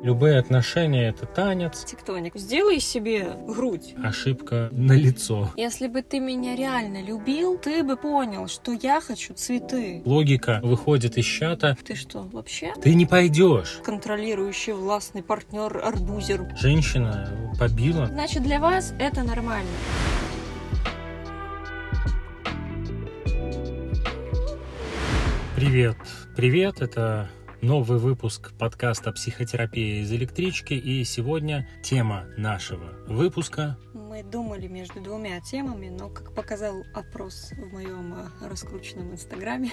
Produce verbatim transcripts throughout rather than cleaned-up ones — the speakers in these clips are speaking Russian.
Любые отношения — это танец. Тектоник. Сделай себе грудь. Ошибка налицо. Если бы ты меня реально любил, ты бы понял, что я хочу цветы. Логика выходит из чата. Ты что, вообще? Ты не пойдешь. Контролирующий властный партнер арбузер. Женщина побила. Значит, для вас это нормально. Привет. Привет, это новый выпуск подкаста «Психотерапия из электрички», и сегодня тема нашего выпуска. Мы думали между двумя темами, но, как показал опрос в моем раскрученном инстаграме,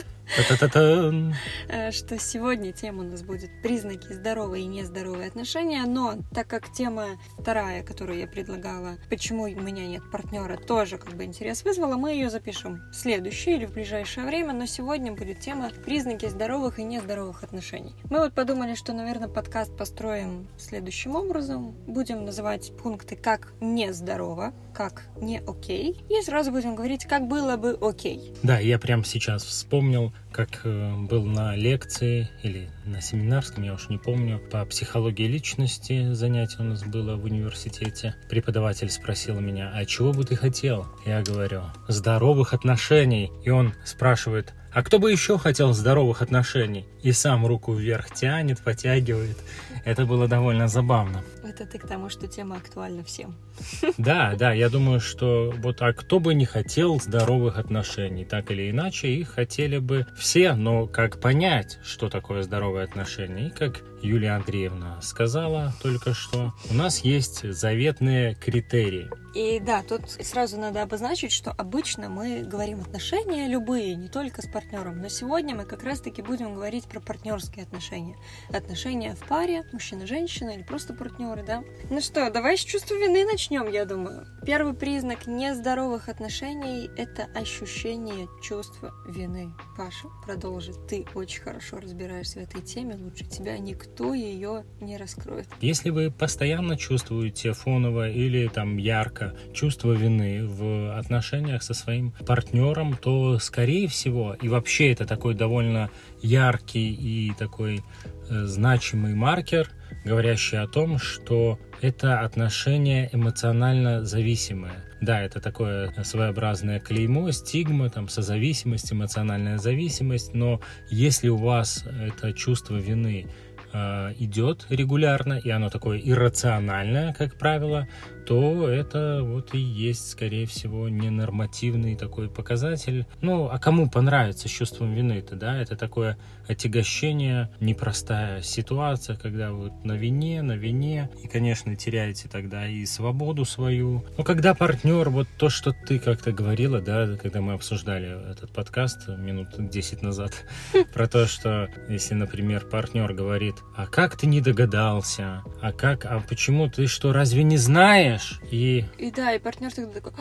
что сегодня тема у нас будет признаки здоровые и нездоровые отношения, но так как тема вторая, которую я предлагала, почему у меня нет партнера, тоже как бы интерес вызвала, мы ее запишем в следующее или в ближайшее время, но сегодня будет тема признаки здоровых и нездоровых отношений. Мы вот подумали, что, наверное, подкаст построим следующим образом. Будем называть пункты как нездорово, как не окей, и сразу будем говорить, как было бы окей. Да, я прямо сейчас вспомнил, как э, был на лекции или на семинарском, я уж не помню, по психологии личности занятие у нас было в университете. Преподаватель спросил меня: а чего бы ты хотел? Я говорю: здоровых отношений. И он спрашивает: а кто бы еще хотел здоровых отношений? И сам руку вверх тянет, потягивает. Это было довольно забавно. Это ты к тому, что тема актуальна всем. Да, да, я думаю, что вот а кто бы не хотел здоровых отношений, так или иначе, их хотели бы все, но как понять, что такое здоровые отношения? И как Юлия Андреевна сказала только что, у нас есть заветные критерии. И да, тут сразу надо обозначить, что обычно мы говорим отношения любые, не только с партнером, но сегодня мы как раз-таки будем говорить про партнерские отношения. Отношения в паре, мужчина-женщина или просто партнеры, да? Ну что, давай с чувства вины начнем, я думаю. Первый признак нездоровых отношений – это ощущение чувства вины. Паша, продолжи. Ты очень хорошо разбираешься в этой теме, лучше тебя никто ее не раскроет. Если вы постоянно чувствуете фоново или там ярко чувство вины в отношениях со своим партнером, то, скорее всего, и вообще это такой довольно яркий и такой э, значимый маркер, говорящий о том, что это отношения эмоционально зависимые. Да, это такое своеобразное клеймо, стигма, там, созависимость, эмоциональная зависимость, но если у вас это чувство вины э, идет регулярно, и оно такое иррациональное, как правило, то это вот и есть, скорее всего, ненормативный такой показатель. Ну, а кому понравится с чувством вины-то, да? Это такое отягощение, непростая ситуация, когда вы на вине, на вине, и, конечно, теряете тогда и свободу свою. Но когда партнер, вот то, что ты как-то говорила, да, когда мы обсуждали этот подкаст минут десять назад, про то, что если, например, партнер говорит: а как ты не догадался? А как, а почему ты что, разве не знаешь? И... и да, и партнер тогда такой: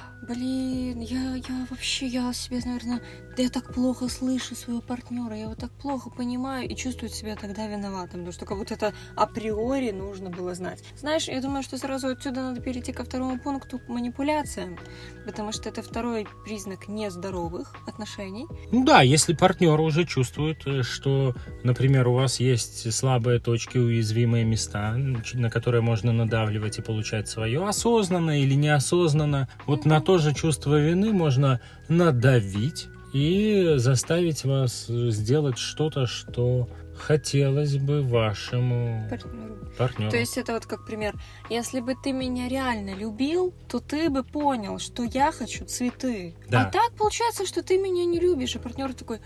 блин, я, я вообще, я себя, наверное, да я так плохо слышу своего партнера, я его так плохо понимаю, и чувствует себя тогда виноватым, потому что как будто это априори нужно было знать. Знаешь, я думаю, что сразу отсюда надо перейти ко второму пункту, к манипуляциям, потому что это второй признак нездоровых отношений. Ну да, если партнер уже чувствует, что, например, у вас есть слабые точки, уязвимые места, на которые можно надавливать и получать свое, осознанно или неосознанно, вот mm-hmm. на то же чувство вины можно надавить и заставить вас сделать что-то, что хотелось бы вашему партнеру. партнеру. То есть это вот как пример: если бы ты меня реально любил, то ты бы понял, что я хочу цветы. Да. А так получается, что ты меня не любишь, и партнер такой: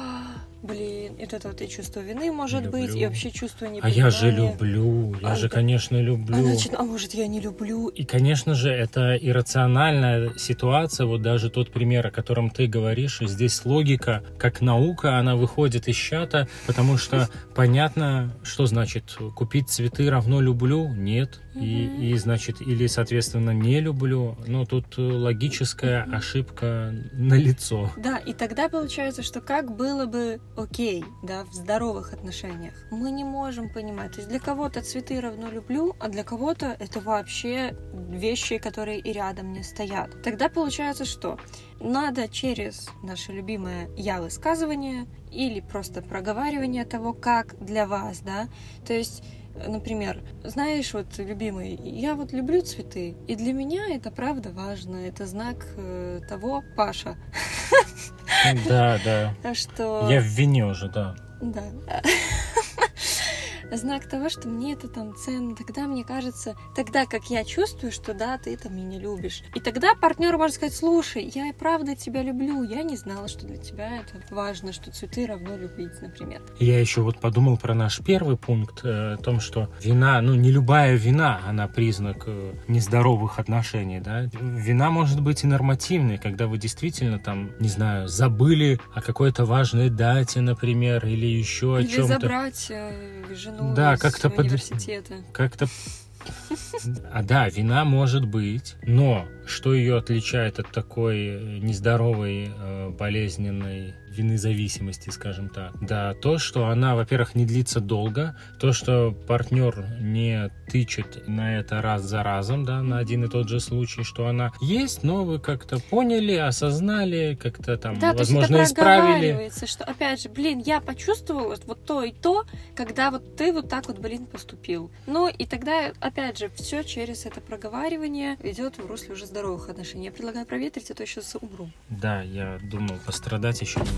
блин, это вот и чувство вины может люблю. быть, и вообще чувство непонимания. А я же люблю, я а же, это... конечно, люблю. А, значит, а может, я не люблю. И, конечно же, это иррациональная ситуация, вот даже тот пример, о котором ты говоришь, и здесь логика, как наука, она выходит из чата, потому что понятно, что значит купить цветы равно люблю? Нет. И, и значит, или, соответственно, не люблю. Но тут логическая ошибка налицо. Да, и тогда получается, что как было бы окей, да, в здоровых отношениях, мы не можем понимать. То есть для кого-то цветы равно люблю, а для кого-то это вообще вещи, которые и рядом не стоят. Тогда получается, что надо через наше любимое «я-высказывание» или просто проговаривание того, как для вас, да, то есть Например, знаешь, вот, любимый, я вот люблю цветы, и для меня это правда важно, это знак э, того, Паша. Да, да. Что... Я в вине уже, да. Да. Знак того, что мне это там ценно. Тогда мне кажется, тогда как я чувствую, что да, ты это меня любишь. И тогда партнер может сказать: слушай, я и правда тебя люблю, я не знала, что для тебя это важно, что цветы равно любить, например. Я еще вот подумал про наш первый пункт, э, о том, что вина, ну не любая вина, она признак э, нездоровых отношений, да. Вина может быть и нормативной, когда вы действительно там, не знаю, забыли о какой-то важной дате, например, или еще или о чем-то. Или забрать э, жену да, из как-то университета. Под... Как-то... А да, вина может быть, но что ее отличает от такой нездоровой, болезненной вины зависимости, скажем так? Да, то, что она, во-первых, не длится долго, то, что партнер не тычет на это раз за разом, да, на один и тот же случай, что она есть, но вы как-то поняли, осознали, как-то там, да, возможно, то есть это исправили. Проговаривается, что, опять же, блин, я почувствовала вот то и то, когда вот ты вот так вот, блин, поступил. Ну, и тогда, опять же, все через это проговаривание идет в русле уже здоровых отношений. Я предлагаю проветрить, а то сейчас умру. Да, я думал пострадать еще немножко.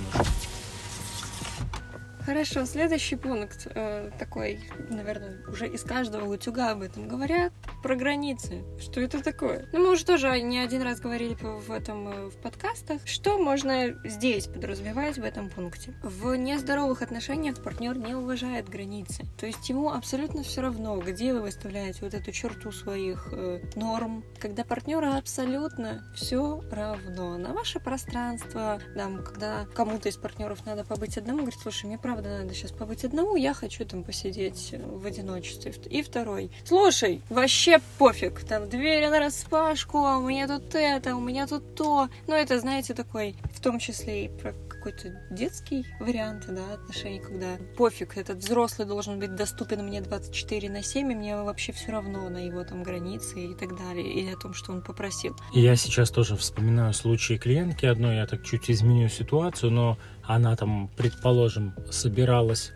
Хорошо, следующий пункт э, такой, наверное, уже из каждого утюга об этом говорят, про границы. Что это такое? Ну, мы уже тоже не один раз говорили в этом э, в подкастах. Что можно здесь подразумевать в этом пункте? В нездоровых отношениях партнер не уважает границы. То есть ему абсолютно все равно, где вы выставляете вот эту черту своих э, норм, когда партнеру абсолютно все равно на ваше пространство. Да, когда кому-то из партнеров надо побыть одному, говорит: слушай, мне правда надо сейчас побыть одному, я хочу там посидеть в одиночестве. И второй: слушай, вообще пофиг, там двери нараспашку, а у меня тут это, у меня тут то. Ну, это, знаете, такой, в том числе и про какой-то детский вариант, да, отношений, когда пофиг, этот взрослый должен быть доступен мне двадцать четыре на семь, и мне вообще все равно на его там границы и так далее, или о том, что он попросил. Я сейчас тоже вспоминаю случай клиентки одной, я так чуть изменю ситуацию, но она там, предположим, собиралась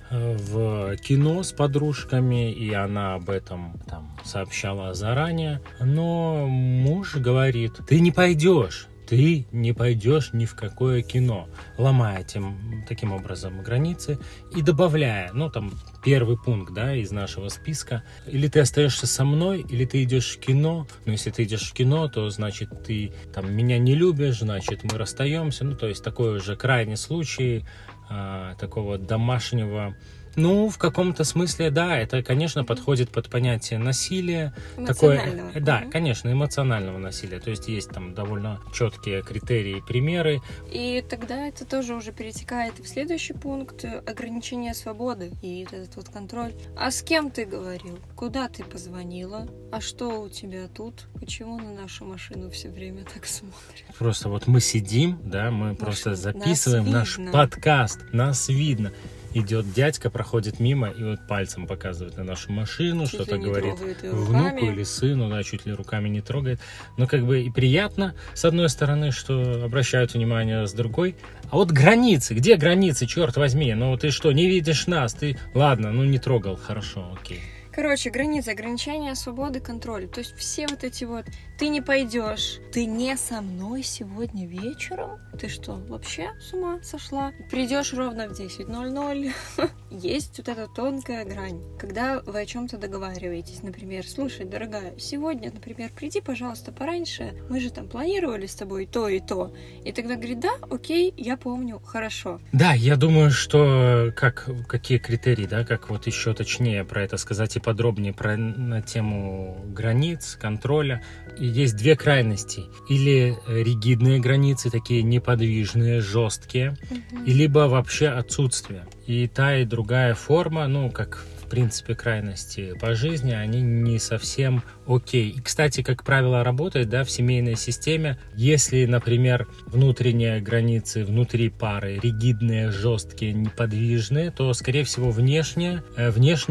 в кино с подружками, и она об этом там сообщала заранее, но муж говорит: ты не пойдешь. Ты не пойдешь ни в какое кино, ломая тем, таким образом границы и добавляя, ну, там, первый пункт, да, из нашего списка. Или ты остаешься со мной, или ты идешь в кино. Но если ты идешь в кино, то, значит, ты там меня не любишь, значит, мы расстаемся. Ну, то есть такой уже крайний случай а, такого домашнего. Ну, в каком-то смысле, да, это, конечно, подходит под понятие насилия. Эмоционального. Такое, да, конечно, эмоционального насилия. То есть есть там довольно четкие критерии и примеры. И тогда это тоже уже перетекает в следующий пункт: ограничение свободы и этот вот контроль. А с кем ты говорил? Куда ты позвонила? А что у тебя тут? Почему на нашу машину все время так смотрят? Просто вот мы сидим, да, мы Машу, просто записываем наш подкаст, нас видно. Идет дядька, проходит мимо и вот пальцем показывает на нашу машину, чуть что-то говорит внуку или сыну, да, чуть ли руками не трогает. Но как бы и приятно, с одной стороны, что обращают внимание, с другой. А вот границы, где границы, черт возьми? Ну ты что, не видишь нас? Ты, ладно, ну не трогал, хорошо, окей. Короче, границы, ограничения свободы, контроль. То есть все вот эти вот: ты не пойдешь, ты не со мной сегодня вечером, ты что, вообще с ума сошла? Придешь ровно в десять ноль ноль. Есть вот эта тонкая грань, когда вы о чем-то договариваетесь. Например: слушай, дорогая, сегодня, например, приди, пожалуйста, пораньше, мы же там планировали с тобой то и то. И тогда говорит: да, окей, я помню, хорошо. Да, я думаю, что как, какие критерии, да, как вот еще точнее про это сказать и подробнее про, на тему границ, контроля. И есть две крайности. Или ригидные границы, такие неподвижные, жесткие, угу. и либо вообще отсутствие. И та, и другая форма, ну, как в принципе крайности по жизни, они не совсем окей. И, кстати, как правило, работает, да, в семейной системе, если, например, внутренние границы внутри пары ригидные, жесткие, неподвижные, то, скорее всего, внешне, внешних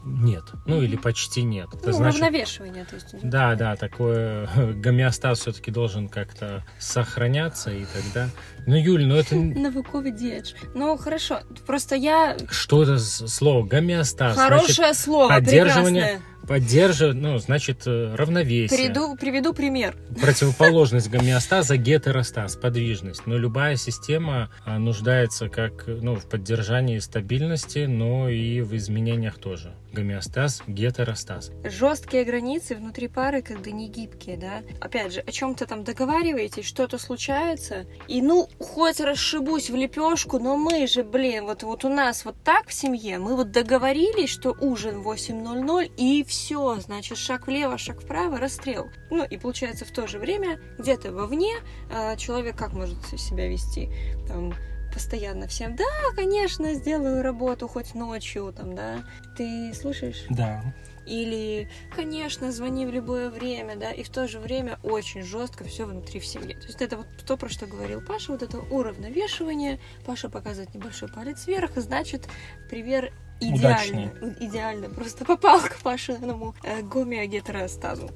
нет. Ну, или почти нет. Это ну, значит, равновешивание. То есть, да, да, такой гомеостаз все-таки должен как-то сохраняться, и тогда... Ну, Юль, ну это... Навуковый-диедж. Ну, хорошо. Просто я... Что это за слово? Гомеостаз. Хорошее значит, слово, поддерживание... прекрасное. Поддерживать, ну, значит, равновесие. Приведу, приведу пример. Противоположность гомеостаза — гетеростаз, подвижность. Но любая система нуждается как, ну, в поддержании стабильности, но и в изменениях тоже. Гомеостаз, гетеростаз. Жесткие границы внутри пары как бы не гибкие, да. Опять же, о чем-то там договариваетесь, что-то случается, и ну, хоть расшибусь в лепешку, но мы же, блин, вот, вот у нас вот так в семье, мы вот договорились, что ужин в восемь ноль ноль, и все, значит, шаг влево, шаг вправо, расстрел. Ну, и получается в то же время, где-то вовне человек как может себя вести? Там, постоянно всем, да, конечно, сделаю работу хоть ночью, там, да. Ты слышишь? Да. Или, конечно, звони в любое время, да, и в то же время очень жестко все внутри в семье. То есть это вот то, про что говорил Паша, вот это уравновешивание. Паша показывает небольшой палец вверх, и значит, пример идеально. Удачнее. Идеально. Просто попал к Пашиному э, гомеогетеростазу.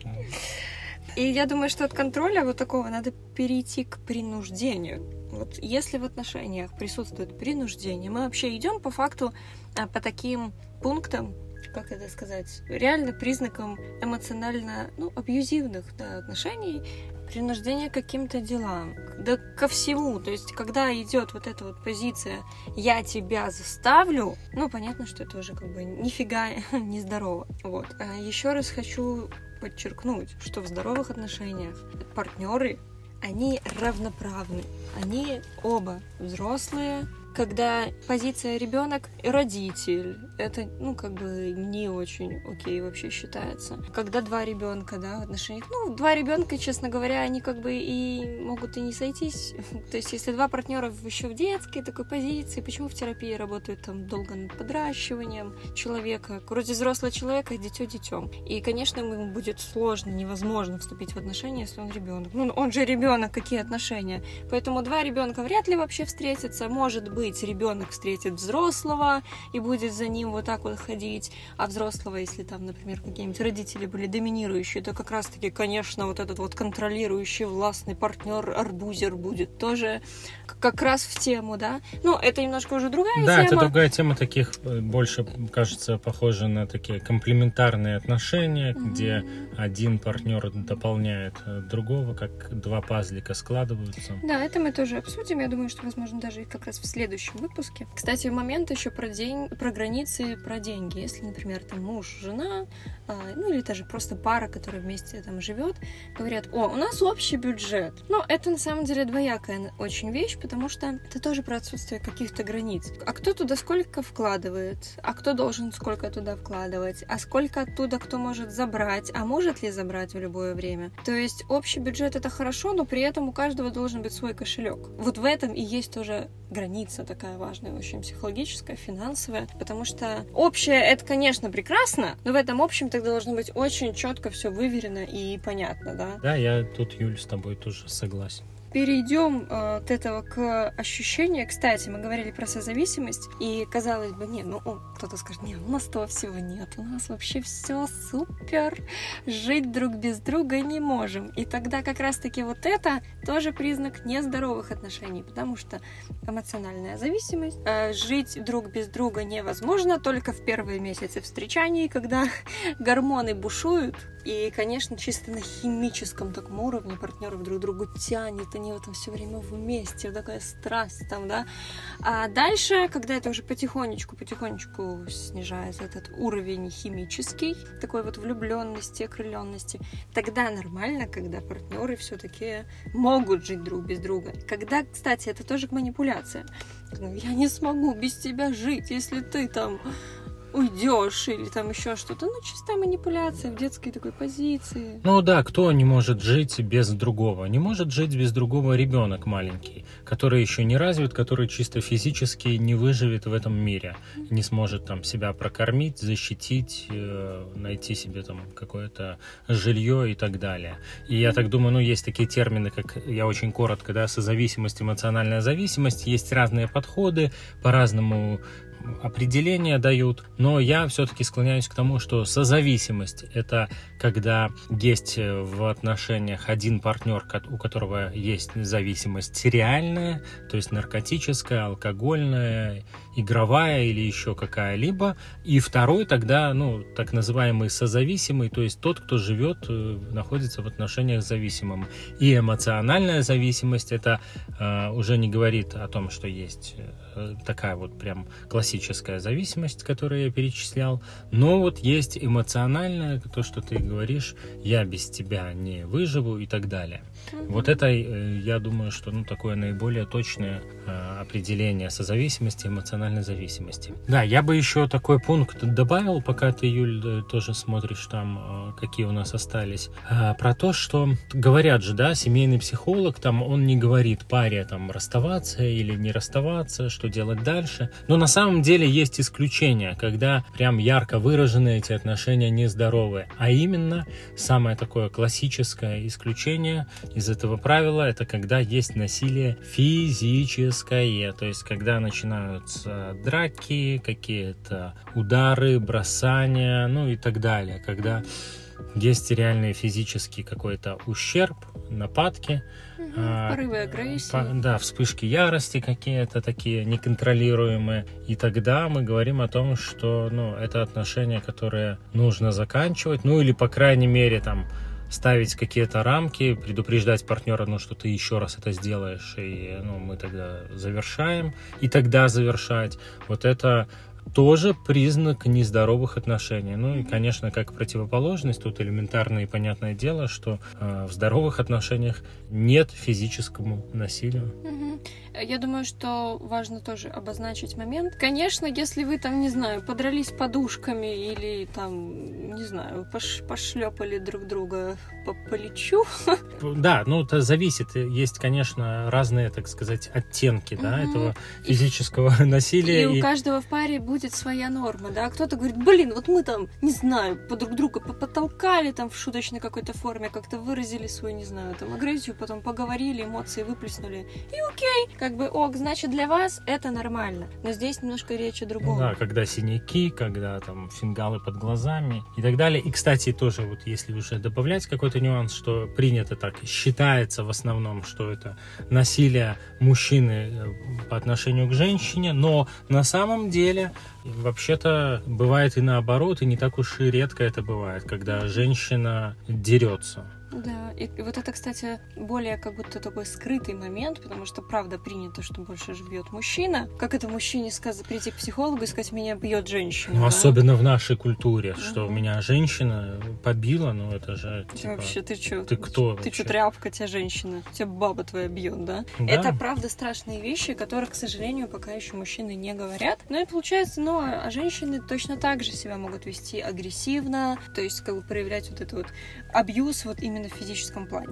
И я думаю, что от контроля вот такого надо перейти к принуждению. Вот если в отношениях присутствует принуждение, мы вообще идем по факту а, по таким пунктам, как это сказать, реально признакам эмоционально, ну, абьюзивных, да, отношений, принуждение к каким-то делам, да ко всему. То есть, когда идет вот эта вот позиция «я тебя заставлю», ну, понятно, что это уже как бы нифига не здорово. Вот. А еще раз хочу подчеркнуть, что в здоровых отношениях партнеры, они равноправны. Они оба взрослые. Когда позиция ребенок и родитель, это, ну, как бы не очень окей вообще считается. Когда два ребенка, да, в отношениях, ну, два ребенка, честно говоря, они как бы и могут и не сойтись. То есть, если два партнера еще в детской такой позиции, почему в терапии работают там долго над подращиванием человека, вроде взрослого человека, дитё детем. И, конечно, ему будет сложно, невозможно вступить в отношения, если он ребенок. Ну, он же ребенок, какие отношения? Поэтому два ребенка вряд ли вообще встретятся, может быть, ребенок встретит взрослого и будет за ним вот так вот ходить, а взрослого, если там, например, какие-нибудь родители были доминирующие, то как раз-таки, конечно, вот этот вот контролирующий властный партнер, арбузер будет тоже как раз в тему, да? Ну, это немножко уже другая да, тема. Да, это другая тема, таких больше, кажется, похоже на такие комплементарные отношения, mm-hmm. где один партнер дополняет другого, как два пазлика складываются. Да, это мы тоже обсудим, я думаю, что, возможно, даже и как раз в следующем выпуске. Кстати, момент еще про день, про границы, про деньги. Если, например, там муж, жена, э, ну или даже просто пара, которая вместе там живет, говорят: о, у нас общий бюджет. Но это на самом деле двоякая очень вещь, потому что это тоже про отсутствие каких-то границ. А кто туда сколько вкладывает? А кто должен сколько туда вкладывать? А сколько оттуда кто может забрать? А может ли забрать в любое время? То есть общий бюджет — это хорошо, но при этом у каждого должен быть свой кошелек. Вот в этом и есть тоже граница такая важная, очень психологическая, финансовая, потому что общее — это, конечно, прекрасно, но в этом общем тогда должно быть очень четко все выверено и понятно, да? Да, я тут, Юль, с тобой тоже согласен. Перейдем э, от этого к ощущению. Кстати, мы говорили про созависимость, и казалось бы, не, ну о, кто-то скажет: нет, у нас того всего нет, у нас вообще все супер, жить друг без друга не можем. И тогда как раз-таки вот это тоже признак нездоровых отношений, потому что эмоциональная зависимость, э, жить друг без друга невозможно только в первые месяцы встречаний, когда гормоны бушуют, и, конечно, чисто на химическом таком уровне партнеров друг к другу тянет, они в этом все время вместе, такая страсть там, да. А дальше, когда это уже потихонечку, потихонечку снижается этот уровень химический, такой вот влюбленности, окрыленности, тогда нормально, когда партнеры все-таки могут жить друг без друга. Когда, кстати, это тоже манипуляция. Я не смогу без тебя жить, если ты там уйдешь или там еще что-то. Ну, чистая манипуляция в детской такой позиции. Ну да, кто не может жить без другого? Не может жить без другого ребенок маленький, который еще не развит, который чисто физически не выживет в этом мире, не сможет там себя прокормить, защитить, найти себе там какое-то жилье и так далее. И я так думаю, ну, есть такие термины, как, я очень коротко, да, созависимость, эмоциональная зависимость, есть разные подходы, по-разному определения дают, но я все-таки склоняюсь к тому, что созависимость – это когда есть в отношениях один партнер, у которого есть зависимость реальная, то есть наркотическая, алкогольная, игровая или еще какая-либо, и второй тогда, ну, так называемый созависимый, то есть тот, кто живет, находится в отношениях с зависимым. И эмоциональная зависимость – это э, уже не говорит о том, что есть э, такая вот прям классическая зависимость, которую я перечислял, но вот есть эмоциональная, то, что ты говоришь, я без тебя не выживу и так далее. Mm-hmm. Вот это, э, я думаю, что ну, такое наиболее точное э, определение созависимости, эмоциональной зависимости. Да, я бы еще такой пункт добавил, пока ты, Юль, тоже смотришь там, э, какие у нас остались, э, про то, что говорят же, да, семейный психолог, там, он не говорит паре там расставаться или не расставаться, что делать дальше, но на самом деле есть исключения, когда прям ярко выражены эти отношения нездоровые, а именно самое такое классическое исключение из этого правила, это когда есть насилие физическое, то есть когда начинаются драки, какие-то удары, бросания, ну и так далее, когда есть реальный физический какой-то ущерб, нападки, угу, а, порывы агрессии. По, да, вспышки ярости какие-то такие неконтролируемые. И тогда мы говорим о том, что ну, это отношения, которые нужно заканчивать, ну или, по крайней мере, там, ставить какие-то рамки, предупреждать партнера, ну, что ты еще раз это сделаешь, и ну, мы тогда завершаем, и тогда завершать. Вот это тоже признак нездоровых отношений. Ну и, конечно, как противоположность, тут элементарное и понятное дело, что э, в здоровых отношениях нет физическому насилию. Угу. Я думаю, что важно тоже обозначить момент. Конечно, если вы там, не знаю, подрались подушками или там, не знаю, пош пошлепали друг друга по плечу. Да, ну это зависит. Есть, конечно, разные, так сказать, оттенки, да, угу. этого физического и, насилия. И, и у каждого в паре будет своя норма, да. Кто-то говорит, блин, вот мы там, не знаю, по друг друга потолкали там в шуточной какой-то форме, как-то выразили свою, не знаю, там агрессию, потом поговорили, эмоции выплеснули. И окей, как бы, ок, значит, для вас это нормально. Но здесь немножко речь о другом. Да, когда синяки, когда там фингалы под глазами и так далее. И, кстати, тоже вот если уже добавлять какой-то нюанс, что принято так, считается в основном, что это насилие мужчины по отношению к женщине, но на самом деле вообще-то бывает и наоборот, и не так уж и редко это бывает, когда женщина дерется. Да, и вот это, кстати, более как будто такой скрытый момент, потому что, правда, принято, что больше же бьет мужчина. Как это мужчине сказать, прийти к психологу и сказать, меня бьет женщина? Ну, да? Особенно в нашей культуре, uh-huh. что меня женщина побила, ну, это же, ты типа... Вообще, ты что? Ты кто Ты что, тряпка, тебя женщина? Тебя баба твоя бьет, да? да? Это, правда, страшные вещи, которых, к сожалению, пока еще мужчины не говорят. Ну, и получается, ну, а женщины точно так же себя могут вести агрессивно, то есть, как бы, проявлять вот это вот абьюз, вот именно в физическом плане.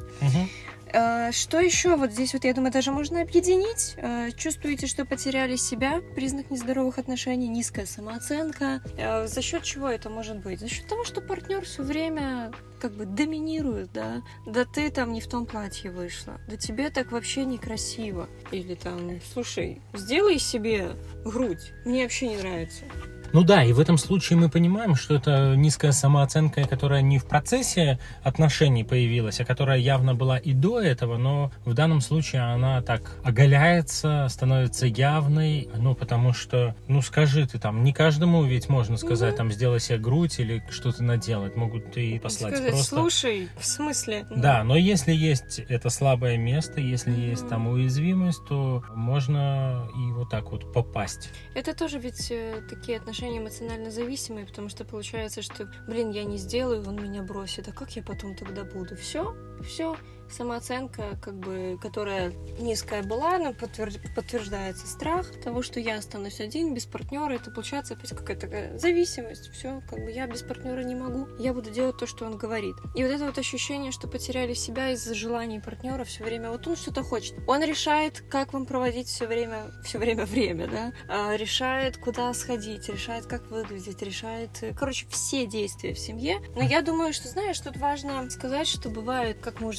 Uh-huh. Что еще? Вот здесь вот, я думаю, даже можно объединить. Чувствуете, что потеряли себя? Признак нездоровых отношений, низкая самооценка. За счет чего это может быть? За счет того, что партнер все время как бы доминирует, да? Да ты там не в том платье вышла. Да тебе так вообще некрасиво. Или там, слушай, сделай себе грудь. Мне вообще не нравится. Ну да, и в этом случае мы понимаем, что это низкая самооценка, которая не в процессе отношений появилась, а которая явно была и до этого, но в данном случае она так оголяется, становится явной, ну потому что, ну скажи ты там, не каждому ведь можно сказать, mm-hmm. там, сделай себе грудь или что-то наделать, могут и послать сказать, просто. Слушай, в смысле? Да, но если есть это слабое место, если mm-hmm. есть там уязвимость, то можно и вот так вот попасть. Это тоже ведь э, такие отношения эмоционально зависимые, потому что получается, что, блин, я не сделаю, он меня бросит, а как я потом тогда буду? Все, все, самооценка, как бы, которая низкая была, но подтвержд... подтверждается страх того, что я останусь один, без партнера, это получается опять какая-то такая зависимость, все, как бы я без партнера не могу, я буду делать то, что он говорит. И вот это вот ощущение, что потеряли себя из-за желаний партнера все время, вот он что-то хочет, он решает, как вам проводить все время, все время время, да, а, решает, куда сходить, решает, как выглядеть, решает, короче, все действия в семье. Но я думаю, что, знаешь, тут важно сказать, что бывает, как мы уже сказали,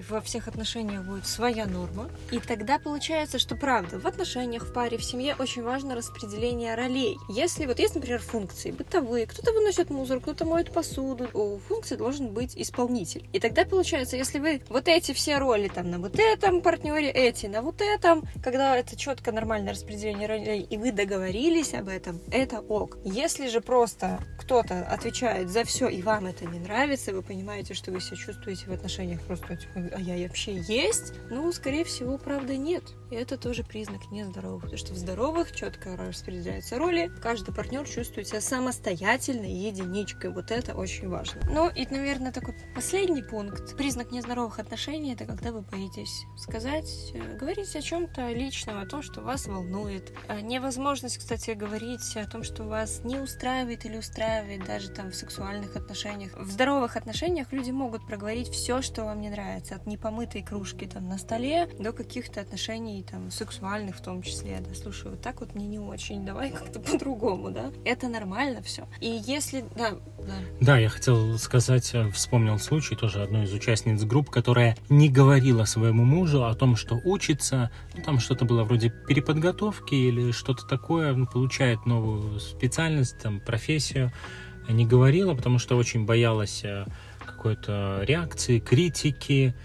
во всех отношениях будет своя норма. И тогда получается, что правда, в отношениях, в паре, в семье очень важно распределение ролей. Если вот есть, например, функции бытовые, кто-то выносит мусор, кто-то моет посуду, у функции должен быть исполнитель. И тогда получается, если вы вот эти все роли там на вот этом партнере, эти на вот этом, когда это четко нормальное распределение ролей, и вы договорились об этом, это ок. Если же просто кто-то отвечает за все, и вам это не нравится, вы понимаете, что вы себя чувствуете в отношениях просто, а я вообще есть, ну, скорее всего, правда, нет. И это тоже признак нездоровых, потому что в здоровых четко распределяются роли, каждый партнер чувствует себя самостоятельной единичкой, вот это очень важно. Ну, и, наверное, такой последний пункт. Признак нездоровых отношений — это когда вы боитесь сказать, говорить о чем-то личном, о том, что вас волнует. Невозможность, кстати, говорить о том, что вас не устраивает или устраивает, даже там в сексуальных отношениях. В здоровых отношениях люди могут проговорить все, что вам не нравится, от непомытой кружки там на столе до каких-то отношений там сексуальных в том числе. Да, слушай, вот так вот мне не очень, давай как-то по-другому, да. Это нормально все. И если... Да, да. Да, я хотел сказать, вспомнил случай тоже одной из участниц групп, которая не говорила своему мужу о том, что учится, ну, там что-то было вроде переподготовки или что-то такое, он получает новую специальность, там, профессию, не говорила, потому что очень боялась какой-то реакции, критики,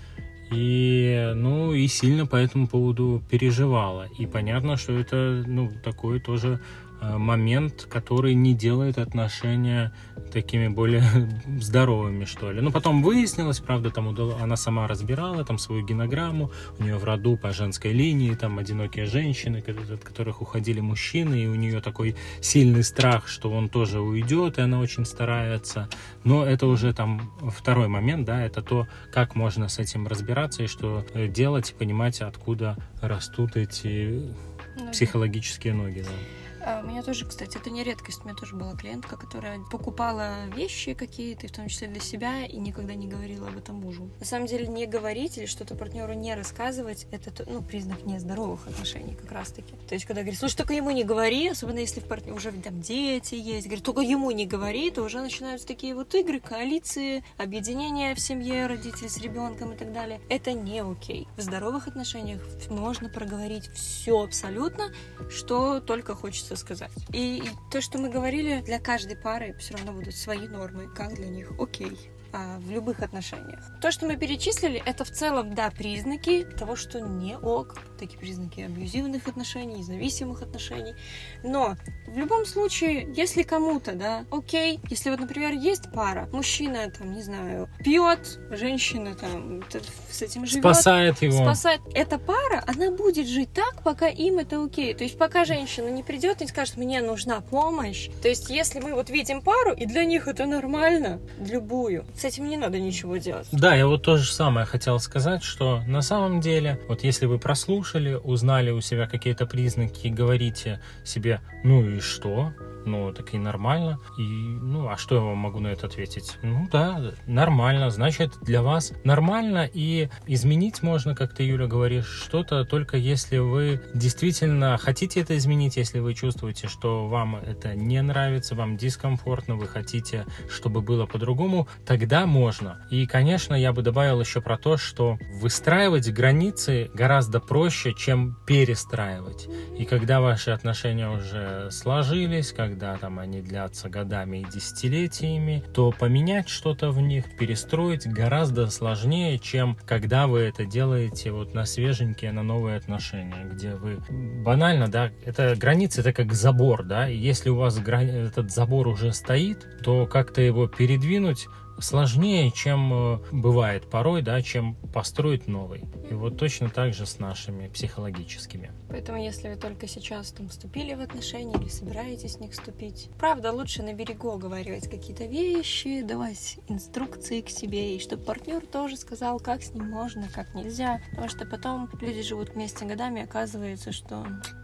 и, ну, и сильно по этому поводу переживала. И понятно, что это, ну, такой тоже момент, который не делает отношения такими более здоровыми, что ли. Ну, потом выяснилось, правда, там удалось, она сама разбирала там свою генограмму, у нее в роду по женской линии там одинокие женщины, от которых уходили мужчины, и у нее такой сильный страх, что он тоже уйдет, и она очень старается. Но это уже там второй момент, да, это то, как можно с этим разбираться и что делать, и понимать, откуда растут эти ноги. Психологические ноги, да. У меня тоже, кстати, это не редкость. У меня тоже была клиентка, которая покупала вещи какие-то, в том числе для себя, и никогда не говорила об этом мужу. На самом деле, не говорить или что-то партнеру не рассказывать, это, ну, признак нездоровых отношений как раз-таки. То есть, когда говорит, слушай, только ему не говори, особенно если в партнере уже там дети есть, говорит, только ему не говори, то уже начинаются такие вот игры, коалиции, объединения в семье, родители с ребенком и так далее. Это не окей. В здоровых отношениях можно проговорить все абсолютно, что только хочется сказать. И, и то, что мы говорили, для каждой пары все равно будут свои нормы, как для них окей. А, в любых отношениях. То, что мы перечислили, это в целом, да, признаки того, что не ок, такие признаки абьюзивных отношений, зависимых отношений. Но в любом случае, если кому-то, да, окей, если вот, например, есть пара, мужчина, там, не знаю, пьет, женщина там с этим живет, спасает его. Спасает. Эта пара, она будет жить так, пока им это окей. То есть пока женщина не придет и скажет, мне нужна помощь. То есть если мы вот видим пару, и для них это нормально, любую, с этим не надо ничего делать. Да, я вот то же самое хотел сказать, что на самом деле, вот если вы прослушали, узнали у себя какие-то признаки, говорите себе, ну и что? Ну, так и нормально. И, ну, а что я вам могу на это ответить? Ну, да, нормально. Значит, для вас нормально, и изменить можно, как ты, Юля, говоришь, что-то только если вы действительно хотите это изменить, если вы чувствуете, что вам это не нравится, вам дискомфортно, вы хотите, чтобы было по-другому, тогда можно. И, конечно, я бы добавил еще про то, что выстраивать границы гораздо проще, чем перестраивать. И когда ваши отношения уже сложились, когда там они длятся годами и десятилетиями, то поменять что-то в них, перестроить гораздо сложнее, чем когда вы это делаете вот на свеженькие, на новые отношения, где вы банально, да, это границы, это как забор, да, и если у вас грани... этот забор уже стоит, то как-то его передвинуть сложнее, чем бывает порой, да, чем построить новый. И вот точно так же с нашими психологическими. Поэтому, если вы только сейчас там вступили в отношения или собираетесь в них вступить, правда, лучше на берегу оговаривать какие-то вещи, давать инструкции к себе, и чтобы партнер тоже сказал, как с ним можно, как нельзя. Потому что потом люди живут вместе годами, оказывается, что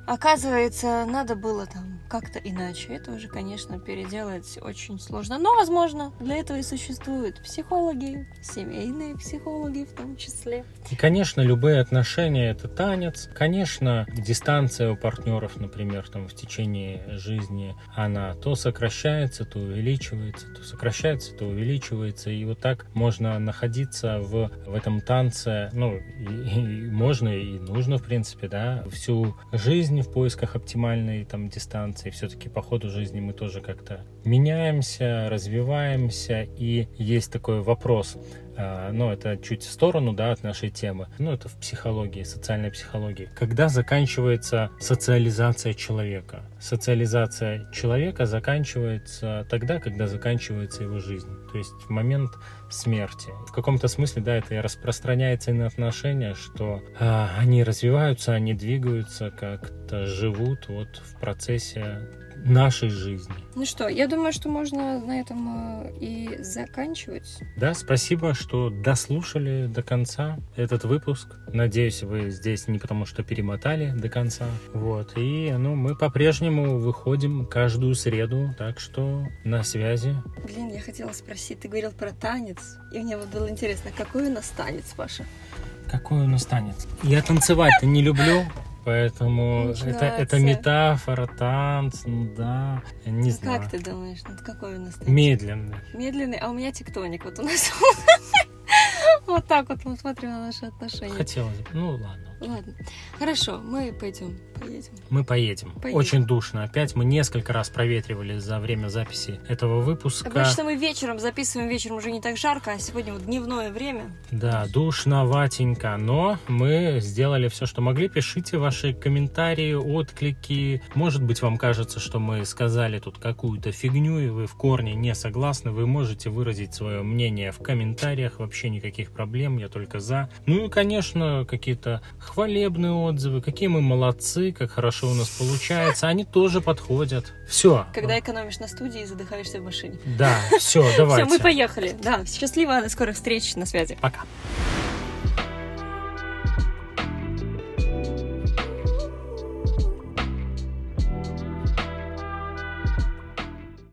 оказывается, надо было там как-то иначе. Это уже, конечно, переделать очень сложно. Но, возможно, для этого и существуют психологи, семейные психологи в том числе. И, конечно, любые отношения — это танец. Конечно, дистанция у партнеров, например, там, в течение жизни, она то сокращается, то увеличивается, то сокращается, то увеличивается. И вот так можно находиться в, в этом танце, ну, и, и можно, и нужно, в принципе, да, всю жизнь в поисках оптимальной там дистанции. Все-таки по ходу жизни мы тоже как-то меняемся, развиваемся. И есть такой вопрос, но это чуть в сторону, да, от нашей темы. Ну, это в психологии, социальной психологии. Когда заканчивается социализация человека? Социализация человека заканчивается тогда, когда заканчивается его жизнь. То есть в момент смерти. В каком-то смысле, да, это и распространяется и на отношения, что а, они развиваются, они двигаются, как-то живут вот в процессе нашей жизни. Ну что, я думаю, что можно на этом э, и заканчивать. Да, спасибо, что дослушали до конца этот выпуск. Надеюсь, вы здесь не потому, что перемотали до конца. Вот. И ну, мы по-прежнему выходим каждую среду, так что на связи. Блин, я хотела спросить, ты говорил про танец, и мне вот было интересно, какой у нас танец, Паша? Какой у нас танец? Я танцевать-то не люблю. Поэтому это, это метафора, танц, ну да, не ну, знаю. Как ты думаешь, ну какой у нас танец? Медленный. Медленный, а у меня тектоник вот у нас. Вот так вот мы смотрим на наши отношения. Хотелось бы, ну ладно. Ладно, хорошо, мы пойдем, поедем. Мы поедем. поедем. Очень душно. Опять мы несколько раз проветривали за время записи этого выпуска. Обычно мы вечером записываем, вечером уже не так жарко, а сегодня вот дневное время. Да, душноватенько, но мы сделали все, что могли. Пишите ваши комментарии, отклики. Может быть, вам кажется, что мы сказали тут какую-то фигню, и вы в корне не согласны. Вы можете выразить свое мнение в комментариях. Вообще никаких проблем, я только за. Ну и, конечно, какие-то хвалебные отзывы, какие мы молодцы, как хорошо у нас получается, они тоже подходят. Все. Когда экономишь на студии и задыхаешься в машине. Да, все, давайте. Все, мы поехали. Да, счастливо, до скорых встреч, на связи. Пока.